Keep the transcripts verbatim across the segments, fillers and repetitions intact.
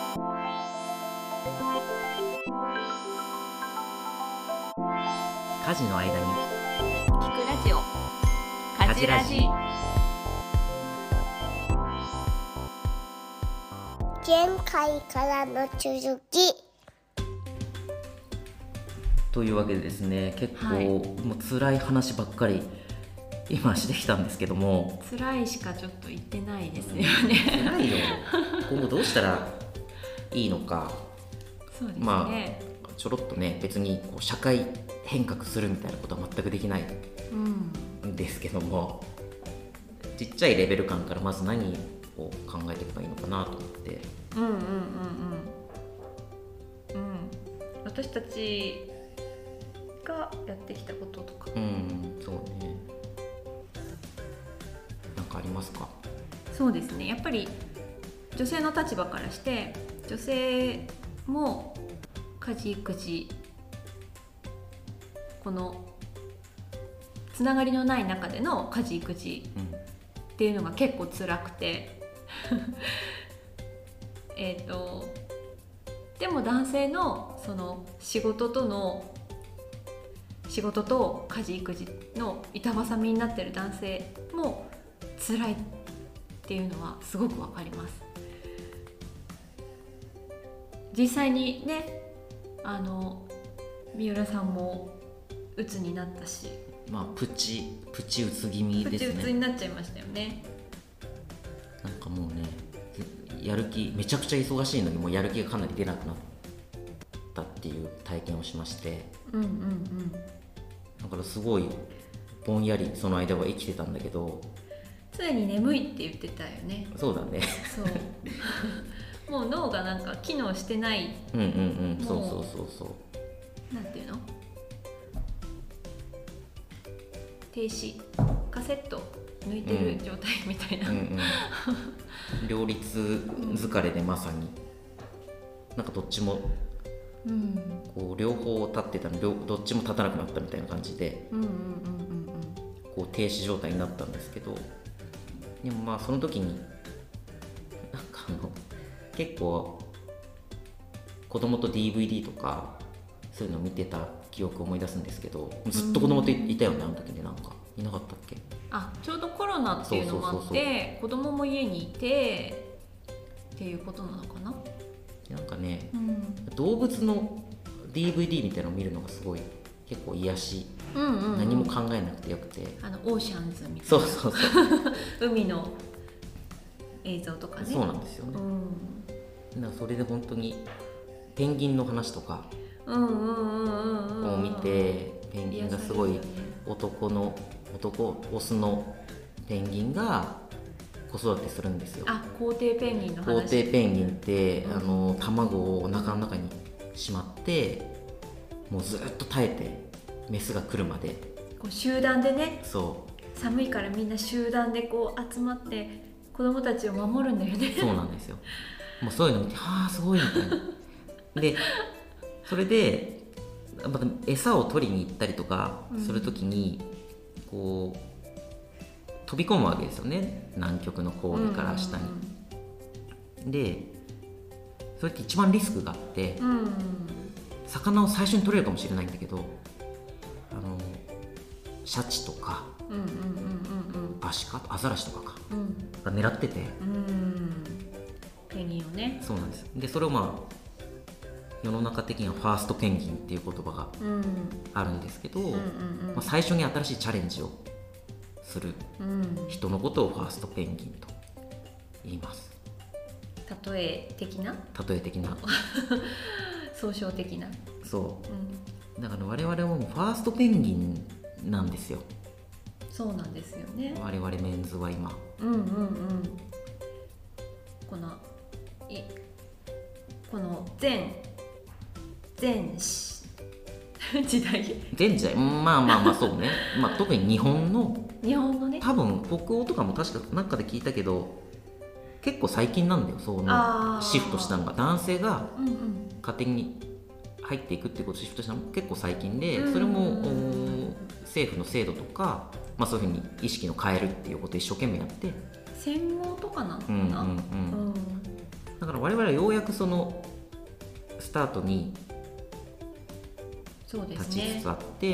家事の間に聞くラジオ、家事ラジ。 前回からの続きというわけでですね、結構、 はい、 もう辛い話ばっかり今してきたんですけども、 辛いしかちょっと言ってないですよね。 辛いよ。今後どうしたらいいのか。 そうですね、 まあちょろっとね、別にこう社会変革するみたいなことは全くできないんですけども、うん、ちっちゃいレベル感からまず何を考えていけばいいのかなと思って。 うんうんうんうんうん、私たちがやってきたこととか、 うん、そうね。なんかありますか？ そうですね、やっぱり女性の立場からして女性も家事育児、このつながりのない中での家事育児っていうのが結構辛くてえっとでも男性のその仕事との仕事と家事育児の板挟みになってる男性も辛いっていうのはすごくわかります。実際にね、あの三浦さんも鬱になったし、 まあプチプチ鬱気味ですね。 プチ鬱になっちゃいましたよね。 なんかもうね、やる気めちゃくちゃ忙しいのにもうやる気がかなり出なくなったっていう体験をしまして、 うんうんうん、 だからすごいぼんやりその間は生きてたんだけど、 常に眠いって言ってたよね。 そうだね。 そうもう脳がなんか機能してない。 うんうんうん、そうそうそうそう。 なんていうの、停止カセット抜いてる状態みたいな、うんうんうん、両立疲れでまさになんかどっちも、うん、こう両方立ってたの両どっちも立たなくなったみたいな感じで、うんうんうんうん、こう停止状態になったんですけど、でもまあその時になんかあの結構子供と ディーブイディー とかそういうのを見てた記憶を思い出すんですけど、ずっと子供といたよね、あの時ね。なんかいなかったっけ？ あ、ちょうどコロナっていうのもあって子供も家にいてっていうことなのかな。 なんかね、 うん、 動物の ディーブイディー みたいなのを見るのがすごい結構癒し、うんうんうん、何も考えなくてよくて、 あのオーシャンズみたいな、 そうそうそう海の映像とかね。 そうなんですよね、うん、だからそれで本当にペンギンの話とかを見て、ペンギンがすごい男の男オスのペンギンが子育てするんですよ。 あ、皇帝ペンギンの話。 皇帝ペンギンって、うん、あの卵をお腹の中にしまってもうずっと耐えてメスが来るまでこう集団でね、 そう寒いからみんな集団でこう集まって子供たちを守るんだよね。 そうなんですよ。もうそういうの見て、はあすごいみたいな。でそれでまた餌を取りに行ったりとかするときに、うん、こう飛び込むわけですよね、南極の氷から下に、うんうん、でそれって一番リスクがあって、うんうん、魚を最初に取れるかもしれないんだけど、あのシャチとか、うんうんうんうん、アシカアザラシとかか、うん、が狙ってて、うん、 ペンギンをね。 そうなんです。でそれをまあ世の中的にはファーストペンギンっていう言葉があるんですけど、うんうんうんうん、まあ、最初に新しいチャレンジをする人のことをファーストペンギンと言います。 例え的な例え的な総称的な。 そう、うん、だから我々もファーストペンギンなんですよ。 そうなんですよね、 我々メンズは今。 うんうんうん、このいこの全全時代全時代まあまあまあそうねまあ特に日本の日本のね、 多分北欧とかも確か何かで聞いたけど結構最近なんだよ、そのシフトしたのが。男性が家庭に入っていくっていうことをシフトしたのも結構最近で、それも政府の制度とか、まあ、そういうふうに意識を変えるっていうことを一生懸命やって、 戦後とかなのかな、 うんうんうん、だからから我々はようやくそのスタートにそうです立ちつねつあって、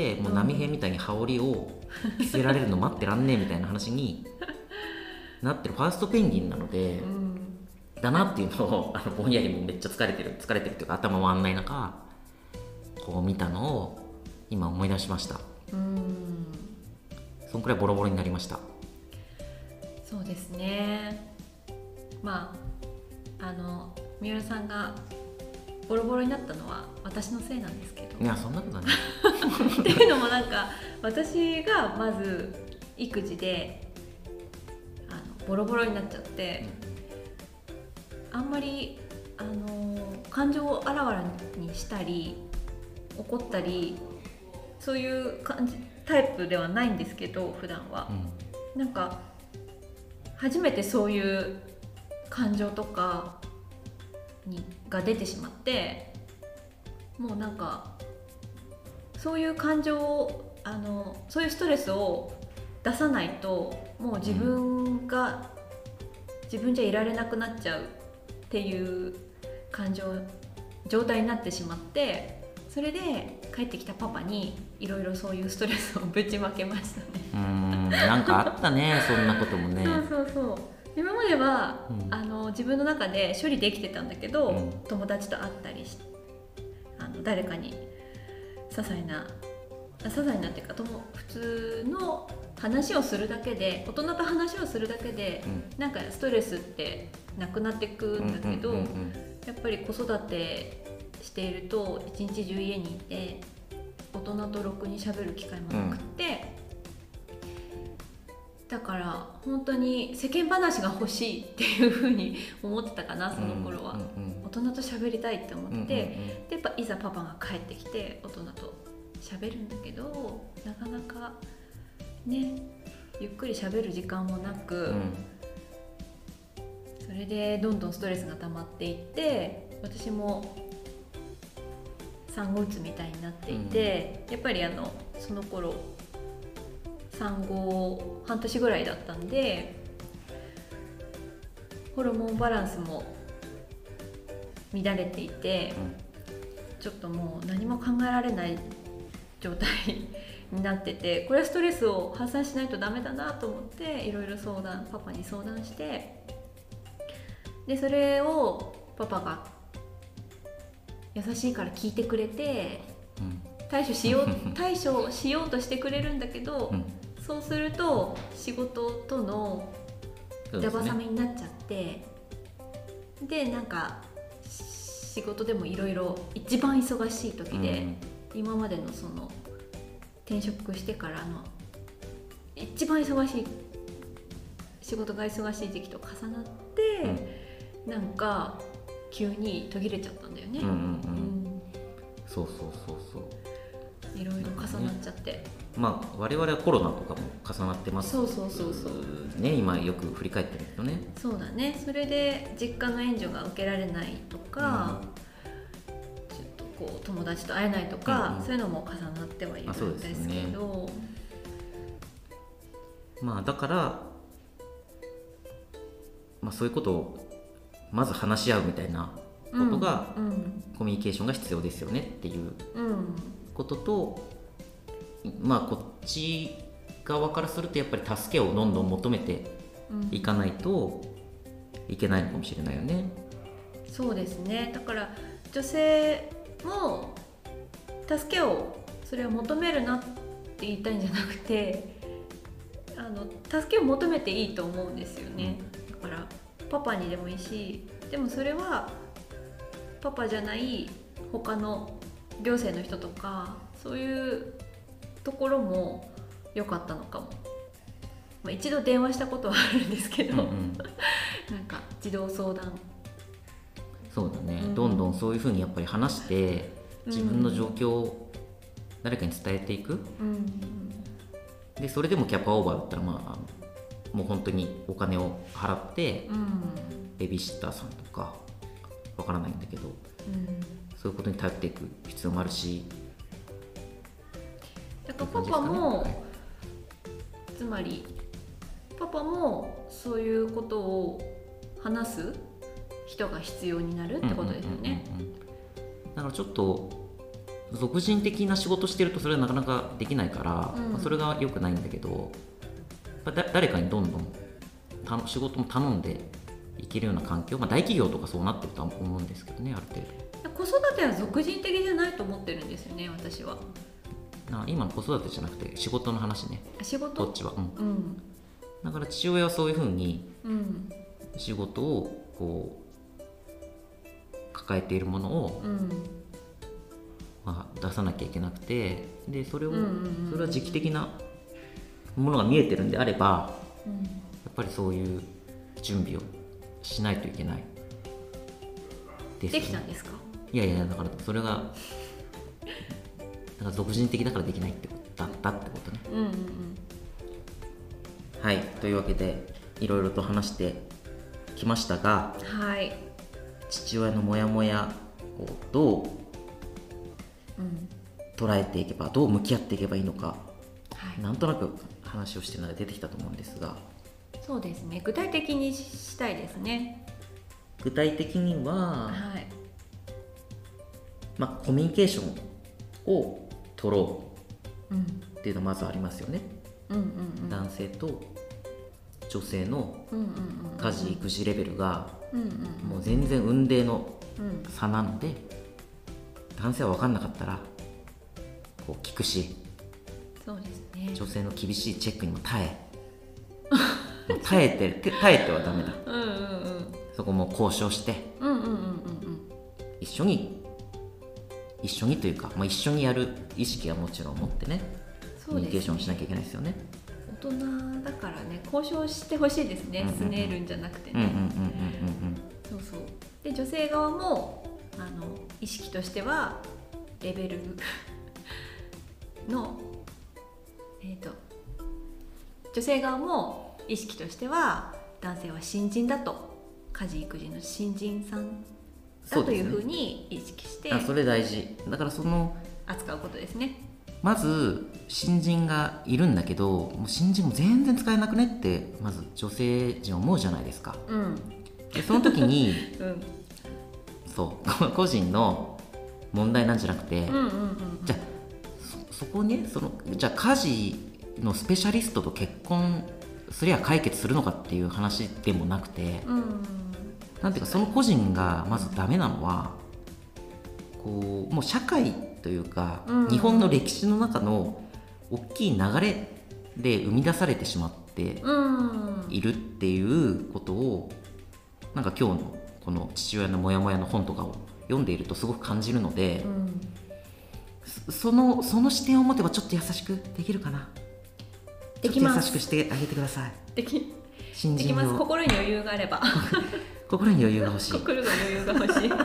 もう波平みたいに羽織を着せられるの待ってらんねえみたいな話になってるファーストペンギンなので、 うん、 だなっていうのをあのぼんやりもめっちゃ疲れてる疲れてるっていうか頭回んない中こう見たのを今思い出しました。 うん、 そんくらいボロボロになりました。 そうですね。まああの三浦さんがボロボロになったのは私のせいなんですけど、 いやそんなことないっていうのもなんか私がまず育児であのボロボロになっちゃって、あんまりあの感情をあらわらにしたり怒ったりそういう感じタイプではないんですけど、普段は、うん、なんか初めてそういう感情とかにが出てしまって、もうなんかそういう感情をあのそういうストレスを出さないともう自分が、うん、自分じゃいられなくなっちゃうっていう感情状態になってしまって、それで帰ってきたパパにいろいろそういうストレスをぶちまけましたね。 うーん、なんかあったねそんなこともね。 そうそうそう。今までは、うん、あの自分の中で処理できてたんだけど、うん、友達と会ったりしあの誰かに些細な些細なっていうかとも普通の話をするだけで、大人と話をするだけで、うん、なんかストレスってなくなっていくんだけど、やっぱり子育てしていると一日中家にいて大人とろくに喋る機会もなくて、うん、だから本当に世間話が欲しいっていう風に思ってたかな、その頃は、うんうんうん、大人と喋りたいって思って、うんうんうん、でやっぱいざパパが帰ってきて大人と喋るんだけど、なかなかねゆっくり喋る時間もなく、うん、それでどんどんストレスが溜まっていって、私も産後うつみたいになっていて、うん、やっぱりあのその頃産後半年ぐらいだったんでホルモンバランスも乱れていて、うん、ちょっともう何も考えられない状態になってて、これはストレスを発散しないとダメだなと思っていろいろ相談パパに相談して、でそれをパパが優しいから聞いてくれて、うん、対処しよう対処しようとしてくれるんだけど、うん、そうすると仕事との板挟みになっちゃって、で、ね、なんか仕事でもいろいろ一番忙しい時で、うん、今までのその転職してからの一番忙しい仕事が忙しい時期と重なって、うん、なんか急に途切れちゃったんだよね。うんうんうんうん、 そうそうそうそういろいろ重なっちゃって、ね、 まあ我々はコロナとかも重なってます。 そうそうそうそうね、今よく振り返ってるけどね。 そうだね。それで実家の援助が受けられないとか、うん、ちょっとこう友達と会えないとか、うんうん、そういうのも重なってはいるんですけど、ね、 まあだから、まあ、そういうことをまず話し合うみたいなことが、うんうん、コミュニケーションが必要ですよねっていうことと、うん、まあこっち側からするとやっぱり助けをどんどん求めていかないといけないのかもしれないよね。 うん、そうですね。だから女性も助けをそれを求めるなって言いたいんじゃなくて、あの助けを求めていいと思うんですよね。うん、だからパパにでもいいし、でもそれはパパじゃない他の行政の人とかそういうところも良かったのかも。まあ、一度電話したことはあるんですけど、うんうん、なんか児童相談、 そうだね、うん、どんどんそういうふうにやっぱり話して自分の状況を誰かに伝えていく、うん、でそれでもキャパオーバーだったらまあもう本当にお金を払って、うん、ベビーシッターさんとかわからないんだけど、うん、そういうことに頼っていく必要もあるし、 だからパパも、ね、つまりパパもそういうことを話す人が必要になるってことですよね。 うんうんうんうん、だからちょっと俗人的な仕事してるとそれはなかなかできないから、うん、まあ、それが良くないんだけど、だ誰かにどんどんた仕事も頼んでいけるような環境、まあ、大企業とかそうなってるとは思うんですけどね、ある程度。子育ては俗人的じゃないと思ってるんですよね、私は。 な今の子育てじゃなくて仕事の話ね。 仕事こっちは、うんうん、 だから父親はそういうふうにうん仕事をこう抱えているものを、うん、まあ、出さなきゃいけなくて、でそれを、それは時期的なものが見えてるんであれば、うん、やっぱりそういう準備をしないといけないですよね。できたんですか？ いやいや、だからそれがだから俗人的だからできないってことだったってことね。うんうんうん、はい、というわけでいろいろと話してきましたが、 はい、 父親のモヤモヤをどう捉えていけば、どう向き合っていけばいいのか、はい、なんとなく話をしてるのが出てきたと思うんですが。 そうですね、具体的にしたいですね。 具体的には、 はい、 まあ、コミュニケーションを取ろうっていうのがまずありますよね。うんうんうん、男性と女性の家事育児レベルがもう全然雲泥の差なので、男性は分かんなかったらこう聞くし、 そうですね、 女性の厳しいチェックにも耐えもう耐えて耐えてはダメだ。うんうんうん、そこも交渉して、うんうんうんうん、一緒に一緒にというか、まあ、一緒にやる意識はもちろん持ってね、コミュニケーションしなきゃいけないですよね。 大人だからね、交渉してほしいですね、すねるんじゃなくてね。そうそう。で女性側もあの意識としてはレベルの、えーと、女性側も意識としては男性は新人だと、家事育児の新人さんだというふうに意識して、 あ、それ大事だから、その扱うことですね。 まず新人がいるんだけど、もう新人も全然使えなくねってまず女性陣思うじゃないですか。うん、でその時に、うん、そう個人の問題なんじゃなくて、うんうんうん、じゃあ そ, そこねそのじゃあ家事のスペシャリストと結婚すりゃ解決するのかっていう話でもなくて、うんうん、なんていうか、その個人がまずダメなのは、こうもう社会というか、うん、日本の歴史の中の大きい流れで生み出されてしまっているっていうことを、なんか今日のこの父親のモヤモヤの本とかを読んでいるとすごく感じるので、うん、そのその視点を持てばちょっと優しくできるかな。 できます。 ちょっと優しくしてあげてください。 でき新人できます。心に余裕があれば心に余裕が欲しい。 心に余裕が欲しい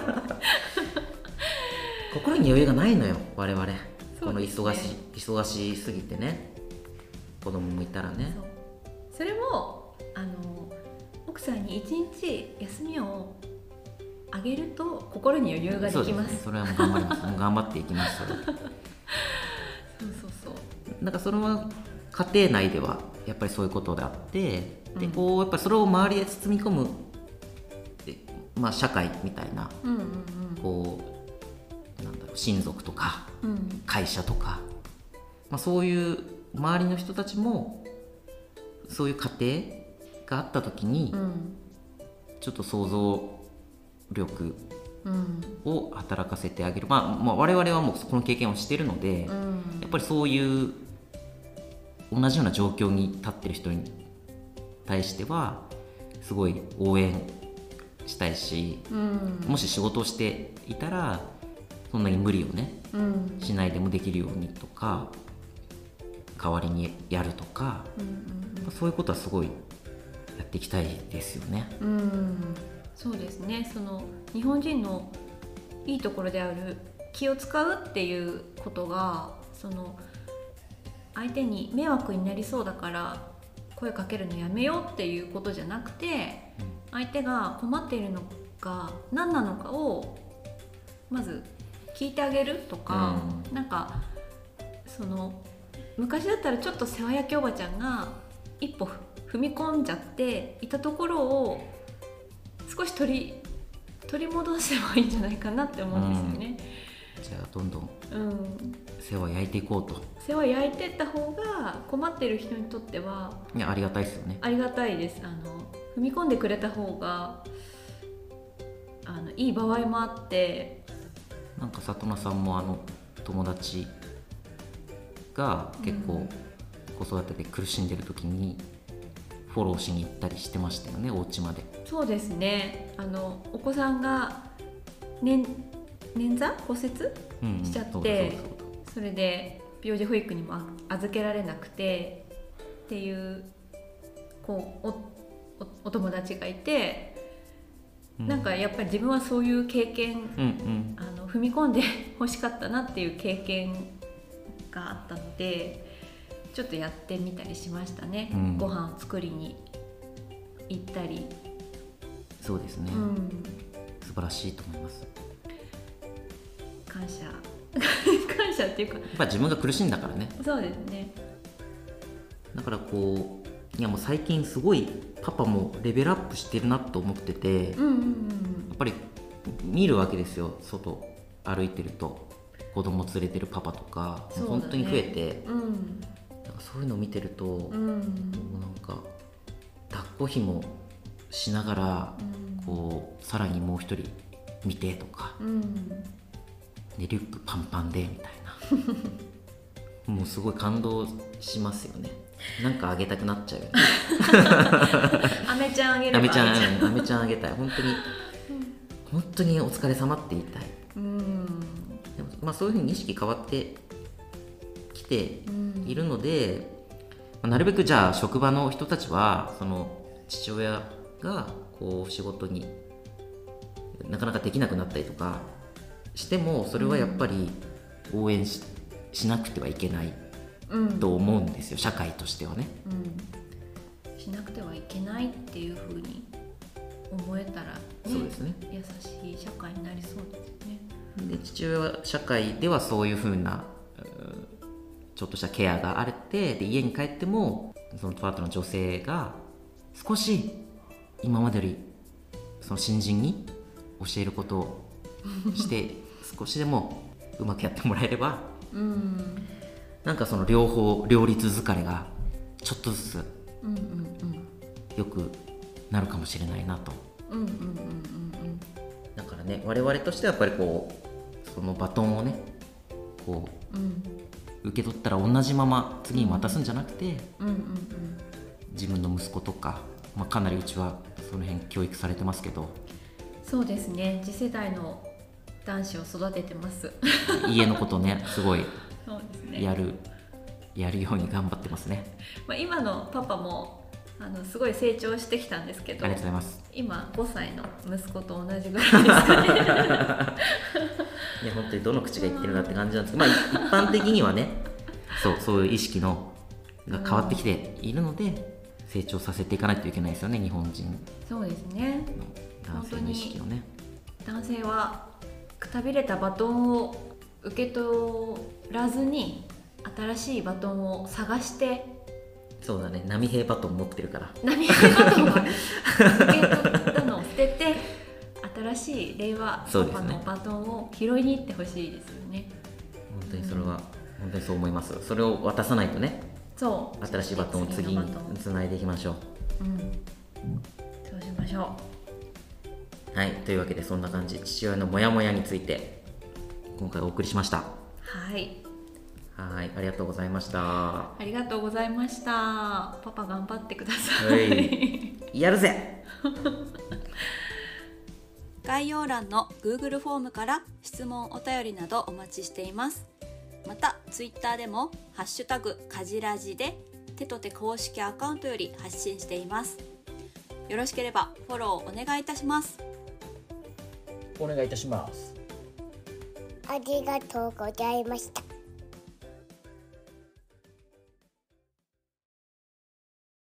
心に余裕がないのよ我々、ね、この忙し忙しすぎてね、子供もいたらね。 そ, それもあの奥さんに一日休みをあげると心に余裕ができます。そうですね、 それはもう頑張りますもう頑張っていきますそれそうそうそう。 なんかそれは家庭内ではやっぱりそういうことであって、うん、でこうやっぱりそれを周りで包み込む、まあ、社会みたいな、うんうんうん、こうなんだろう、親族とか、うん、会社とか、まあ、そういう周りの人たちもそういう家庭があった時に、うん、ちょっと想像力を働かせてあげる、まあ、まあ我々はもうこの経験をしているので、うん、やっぱりそういう同じような状況に立ってる人に対してはすごい応援したいし、うん、もし仕事をしていたらそんなに無理をね、うん、しないでもできるようにとか、代わりにやるとか、うんうん、そういうことはすごいやっていきたいですよね。 うん、そうですね。その日本人のいいところである気を使うっていうことが、その相手に迷惑になりそうだから声かけるのやめようっていうことじゃなくて、相手が困っているのが何なのかをまず聞いてあげるとか、うん、なんかその昔だったらちょっと世話焼きおばちゃんが一歩踏み込んじゃっていたところを少し取り取り戻せばいいんじゃないかなって思うんですよね、 うん、じゃあどんどんうん世話焼いていこうと。 世話焼いてった方が困ってる人にとってはいやありがたいですよね。 ありがたいです。あの踏み込んでくれた方があのいい場合もあって、 なんか里奈さんもあの友達が結構子育てで苦しんでる時にフォローしに行ったりしてましたよね、お家まで。 そうですね、あのお子さんが捻捻挫骨折しちゃって、それで病児保育にも預けられなくてっていうこう お, お, お友達がいて、うん、なんかやっぱり自分はそういう経験、うんうん、あの踏み込んで欲しかったなっていう経験があったので、ちょっとやってみたりしましたね、うん、ご飯を作りに行ったり。 そうですね、うん、素晴らしいと思います。 感謝感謝っていうか、 やっぱ自分が苦しんだからね。 そうですね。 だからこう、いやもう最近すごいパパもレベルアップしてるなと思ってて、うんうんうん、やっぱり見るわけですよ、外歩いてると子供連れてるパパとか、ね、本当に増えて、うん、なんかそういうのを見てると、うん、もうなんか抱っこひもしながら、うん、こうさらにもう一人見てとか、うん、でリュックパンパンでみたいなもうすごい感動しますよね。なんかあげたくなっちゃうよねアメちゃんあげればアメちゃんアメちゃんあげたい。本当に、うん、本当にお疲れ様って言いたい。うん、でも、まあ、そういうふうに意識変わってきているので、うん、なるべくじゃあ職場の人たちはその父親がこう仕事になかなかできなくなったりとかしても、それはやっぱり応援 し, しなくてはいけないと思うんですよ、社会としてはね、 うん、しなくてはいけないっていうふうに思えたら、ね、 そうですね、 優しい社会になりそうですね。 で父親は社会ではそういうふうなちょっとしたケアがあって、で家に帰ってもそのパートの女性が少し今までよりその新人に教えることをして少しでもうまくやってもらえれば、うん、なんかその両方両立疲れがちょっとずつ良くなるかもしれないなと。だからね、我々としてはやっぱりこうそのバトンをねこう、うん、受け取ったら同じまま次に渡すんじゃなくて、うんうんうんうん、自分の息子とか、まあ、かなりうちはその辺教育されてますけど。 そうですね、次世代の男子を育ててます家のことねすごいそうですね、 やるやるように頑張ってますね。 まあ、今のパパもあのすごい成長してきたんですけど、 ありがとうございます。 今ごさいの息子と同じぐらいですかねいや本当にどの口が言ってるなって感じなんですけど、まあ、一般的にはねそうそういう意識のが変わってきているので、成長させていかないといけないですよね、日本人。 そうですね、 男性の意識をね。 男性はくたびれたバトンを受け取らずに新しいバトンを探して。 そうだね、波平バトン持ってるから。 波平バトンは受け取ったのを捨てて新しい令和パパのバトンを拾いに行ってほしいですよね。 本当にそれは、うん、本当にそう思います。それを渡さないとね、 そう新しいバトンを次につないでいきましょう、うん、 そうしましょう。はい、というわけでそんな感じ、父親のモヤモヤについて今回お送りしました。 はいはい、ありがとうございました。 ありがとうございました。パパ頑張ってください。 はい、やるぜ概要欄の Google フォームから質問お便りなどお待ちしています。また Twitter でもハッシュタグかじらじで手と手公式アカウントより発信しています。よろしければフォローお願いいたします。 お願いいたします。 ありがとうございました。